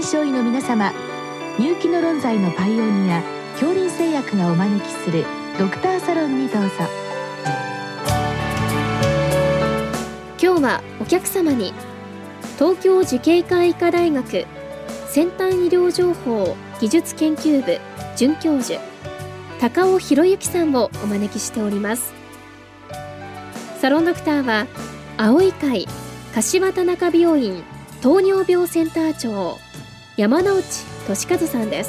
臨床医の皆様、入気の論剤のパイオニア恐林製薬がお招きするドクターサロンにどうぞ。 今日はお客様に東京慈恵会医科大学先端医療情報技術研究部准教授高尾博之さんをお招きしております。サロンドクターは青い会柏田中病院糖尿病センター長山内俊和さんです。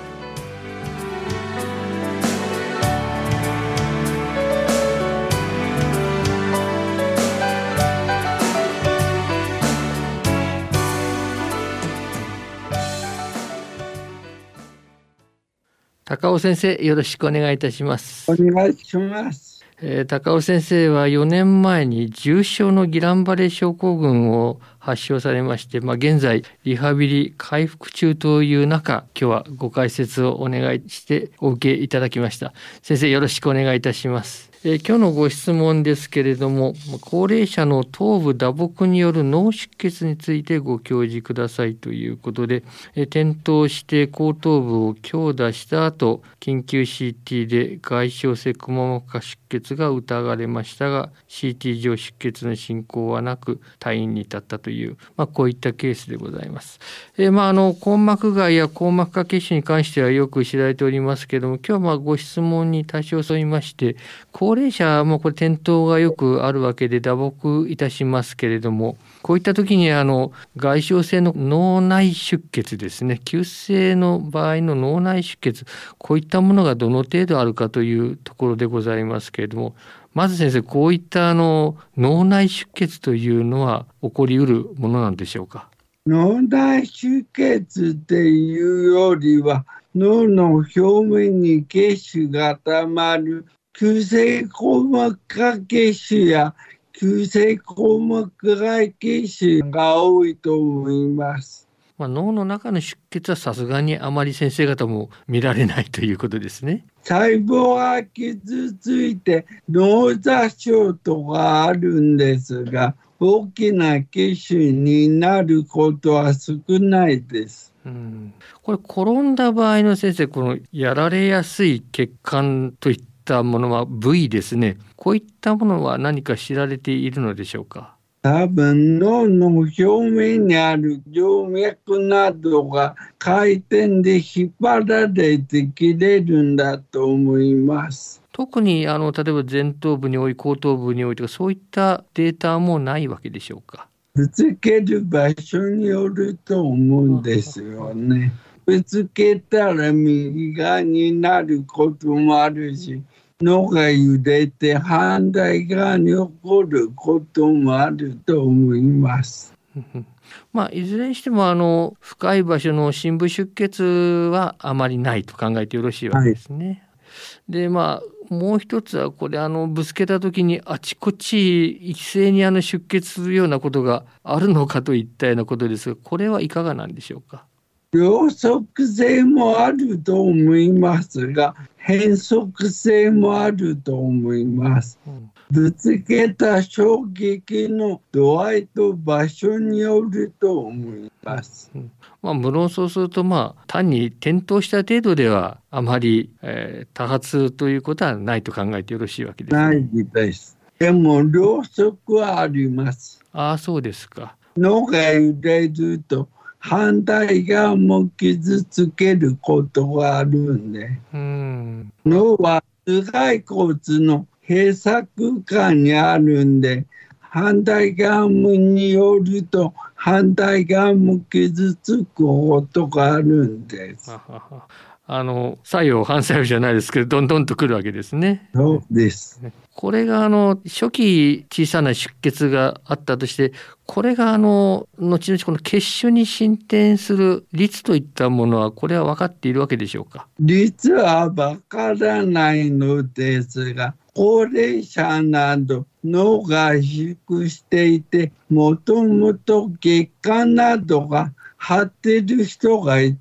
高尾先生、よろしくお願いいたします。 お願いします。 高尾先生は4年前に重症のギランバレー症候群を発症されまして、現在リハビリ回復中という中、今日はご解説をお願いしてお受けいただきました。先生、よろしくお願いいたします。今日のご質問ですけれども、高齢者の頭部打撲による脳出血についてご教示くださいということで、転倒して後頭部を強打した後、緊急 CT で外傷性くも膜下出血が疑われましたが、 CT 上出血の進行はなく退院に至ったという、こういったケースでございます。硬膜外や硬膜下血腫に関してはよく知られておりますけれども、今日はご質問に多少沿いまして、高齢者もこれ転倒がよくあるわけで打撲いたしますけれども、こういった時に外傷性の脳内出血ですね、急性の場合の脳内出血、こういったものがどの程度あるかというところでございますけれども、まず先生、こういった脳内出血というのは起こりうるものなんでしょうか。 脳内出血っていうよりは、脳の表面に血腫がたまる急性硬膜下血腫や急性硬膜外血腫が多いと思います。 脳の中の出血はさすがにあまり先生方も見られないということですね。 細胞が傷ついて脳挫傷とかあるんですが、大きな血腫になることは少ないです。 これ転んだ場合の先生、このやられやすい血管といったものは部位ですね、こういったものは何か知られているのでしょうか。 多分脳の表面にある静脈などが回転で引っ張られて切れるんだと思います。 特に例えば前頭部に多い後頭部に多いとか、そういったデータもないわけでしょうか。 ぶつける場所によると思うんですよね。ぶつけたら右側になることもあるし、脳が揺れて反対側に起こることもあると思います。 いずれにしても深い場所の深部出血はあまりないと考えてよろしいわけですね。でもう一つはこれぶつけた時にあちこち一斉に出血するようなことがあるのかといったようなことですが、これはいかがなんでしょうか。 両側性もあると思いますが、変則性もあると思います。ぶつけた衝撃の度合いと場所によると思います。 無論そうすると単に転倒した程度ではあまり、多発ということはないと考えてよろしいわけですね。 ないです。でも両側はあります。 そうですか。 脳が揺れると反対側も傷つけることがあるんで、脳は頭蓋骨の閉鎖空間にあるんで、反対側によると反対側も傷つくことがあるんです。 作用反作用じゃないですけど、どんどんとくるわけですね。 そうです。 これが初期小さな出血があったとして、これが後々この血腫に進展する率といったものは、これは分かっているわけでしょうか。 率は分からないのですが、高齢者など脳が萎縮していて、もともと血管などが張っている人がいて、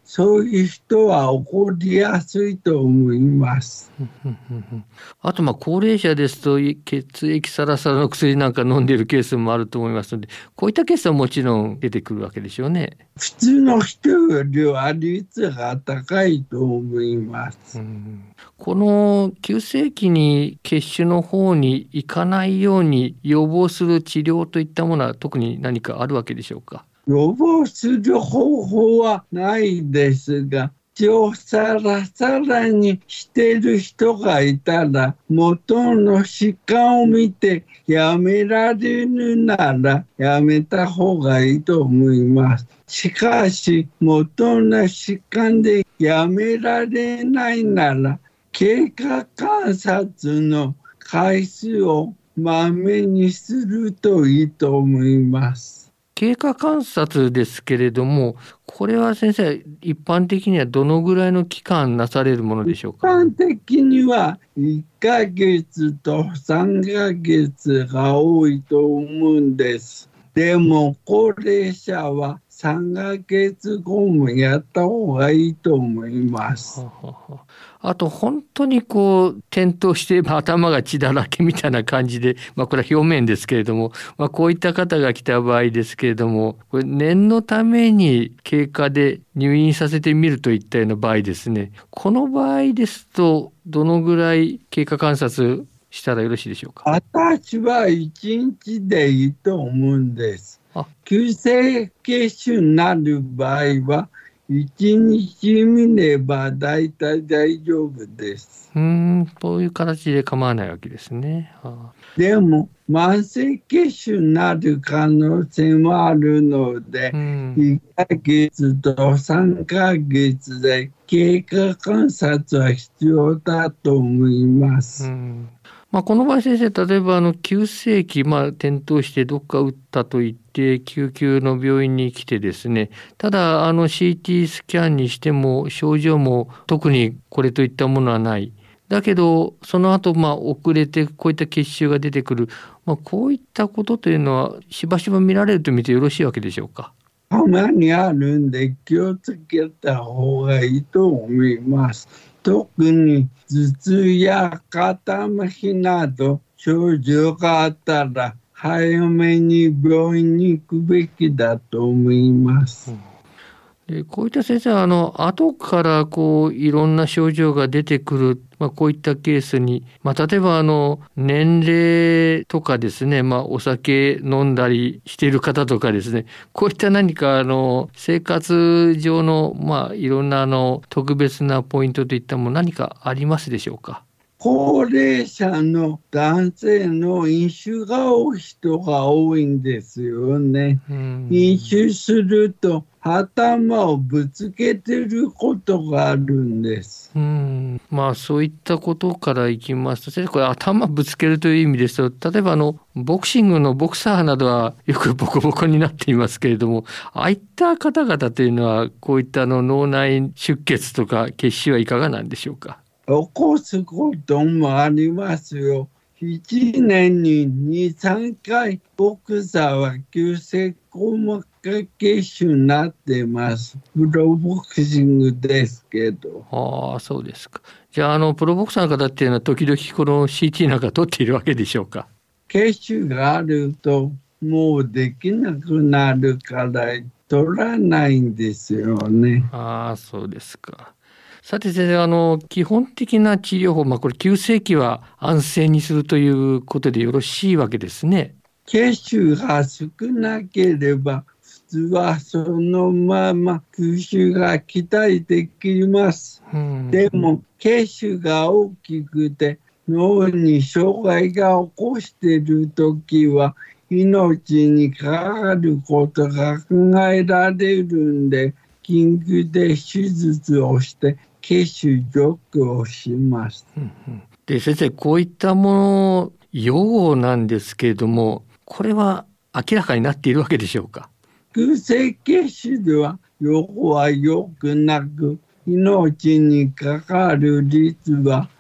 そういう人は起こりやすいと思います。 あと高齢者ですと血液サラサラの薬なんか飲んでいるケースもあると思いますので、こういったケースはもちろん出てくるわけでしょうね。 普通の人よりは率が高いと思います。 この急性期に血腫の方に行かないように予防する治療といったものは特に何かあるわけでしょうか。 予防する方法はないですが、サラサラにしている人がいたら、元の疾患を見てやめられるならやめた方がいいと思います。しかし、元の疾患でやめられないなら、経過観察の回数をまめにするといいと思います。 経過観察ですけれども、これは先生、一般的にはどのぐらいの期間なされるものでしょうか。 一般的には1ヶ月と3ヶ月が多いと思うんです。でも高齢者は3ヶ月後もやった方がいいと思います。 あと本当に転倒して頭が血だらけみたいな感じで、これは表面ですけれども、こういった方が来た場合ですけれども、これ念のために経過で入院させてみるといったような場合ですね。この場合ですとどのぐらい経過観察したらよろしいでしょうか。 私は1日でいいと思うんです。急性血腫になる場合は1日見れば大体大丈夫です。 そういう形で構わないわけですね。 でも慢性血腫になる可能性もあるので、1ヶ月と3ヶ月で経過観察は必要だと思います。 この場合先生、例えば急性期、転倒してどっか打ったと言って救急の病院に来てですね、ただCT スキャンにしても症状も特にこれといったものはない。だけどその後遅れてこういった血腫が出てくる、こういったことというのはしばしば見られると見てよろしいわけでしょうか。 たまにあるんで気をつけた方がいいと思います。特に頭痛や肩麻痺など症状があったら早めに病院に行くべきだと思います。 こういった先生は後からいろんな症状が出てくる、こういったケースに、例えば年齢とかですね、お酒飲んだりしている方とかですね、こういった何か生活上のいろんな特別なポイントといったもの何かありますでしょうか。 高齢者の男性の飲酒が多い人が多いんですよね。飲酒すると頭をぶつけてることがあるんです。 そういったことからいきますと、先生これ頭ぶつけるという意味ですと、例えばボクシングのボクサーなどはよくボコボコになっていますけれども、ああいった方々というのはこういった脳内出血とか血腫はいかがなんでしょうか。 起こすこともありますよ。1年に2、3回ボクサーは急性硬膜下血腫になってます。プロボクシングですけど。 そうですか。じゃあプロボクサーの方っていうのは時々この CT なんか取っているわけでしょうか。 血腫があるともうできなくなるから取らないんですよね。 そうですか。さて先生、基本的な治療法、これ急性期は安静にするということでよろしいわけですね。 血腫が少なければ普通はそのまま吸収が期待できます。でも血腫が大きくて脳に障害が起こしているときは命に関わることが考えられるんで、緊急で手術をして血腫除去をします。 で先生、こういったもの予後なんですけれども、これは明らかになっているわけでしょうか。 急性血腫では予後は良くなく、命に関わる率は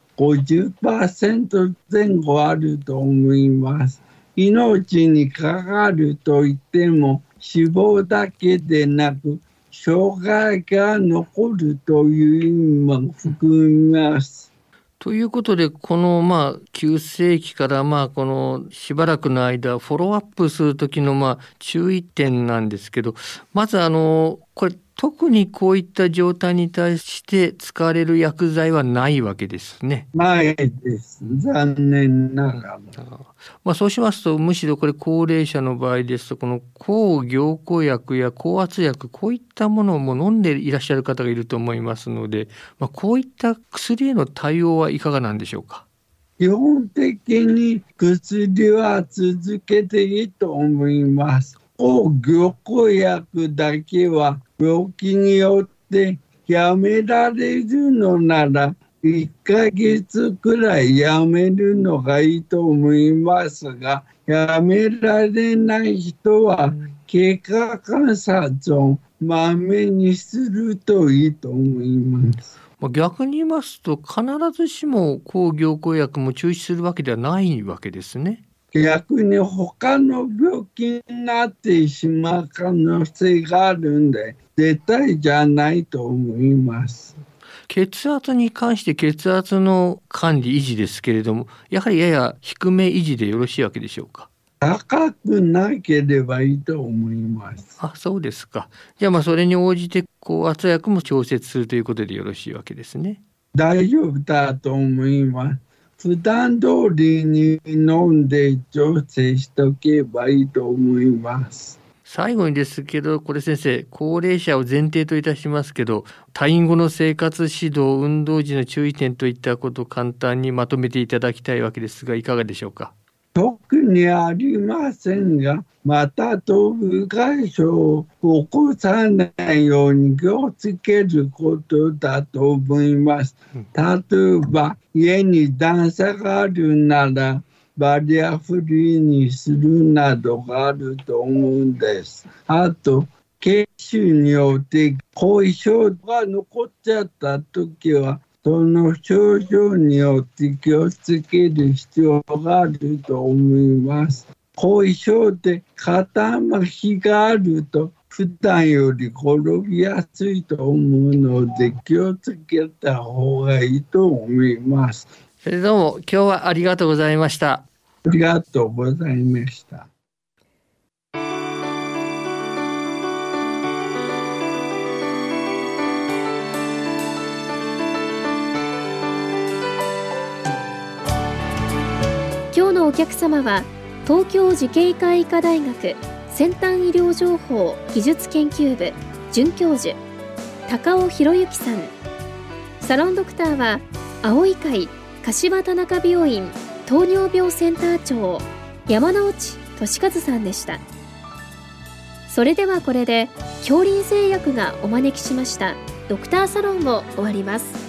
50% 前後あると思います。命に関わるといっても死亡だけでなく障害が残るという意味も含みます。 ということで、この急性期からこのしばらくの間フォローアップする時の注意点なんですけど、まずこれ特にこういった状態に対して使われる薬剤はないわけですね。 ないです。残念ながら。 そうしますと、むしろこれ高齢者の場合ですと、この抗凝固薬や高圧薬、こういったものをもう飲んでいらっしゃる方がいると思いますので、こういった薬への対応はいかがなんでしょうか。 基本的に薬は続けていいと思います。抗凝固薬だけは病気によってやめられるのなら1ヶ月くらいやめるのがいいと思いますが、やめられない人は経過観察をまめにするといいと思います。 逆に言いますと、必ずしも抗凝固薬も中止するわけではないわけですね。 逆に他の病気になってしまう可能性があるんで、絶対じゃないと思います。 血圧に関して血圧の管理維持ですけれども、やはりやや低め維持でよろしいわけでしょうか。 高くなければいいと思います。 そうですか。じゃあそれに応じて高圧薬も調節するということでよろしいわけですね。 大丈夫だと思います。普段通りに飲んで調整しておけばいいと思います。 最後にですけど、これ先生、高齢者を前提といたしますけど、退院後の生活指導、運動時の注意点といったことを簡単にまとめていただきたいわけですが、いかがでしょうか。 特にありませんが、また頭部外傷を起こさないように気をつけることだと思います。例えば家に段差があるならバリアフリーにするなどがあると思うんです。あと血腫によって後遺症が残っちゃった時はその症状によって気をつける必要があると思います。後遺症で肩麻痺があると普段より転びやすいと思うので気をつけた方がいいと思います。 どうも今日はありがとうございました。 ありがとうございました。 今日のお客様は東京慈恵会医科大学先端医療情報技術研究部准教授高尾博之さん。サロンドクターは青い会柏田中病院糖尿病センター長山内俊和さんでした。それではこれで杏林製薬がお招きしましたドクターサロンを終わります。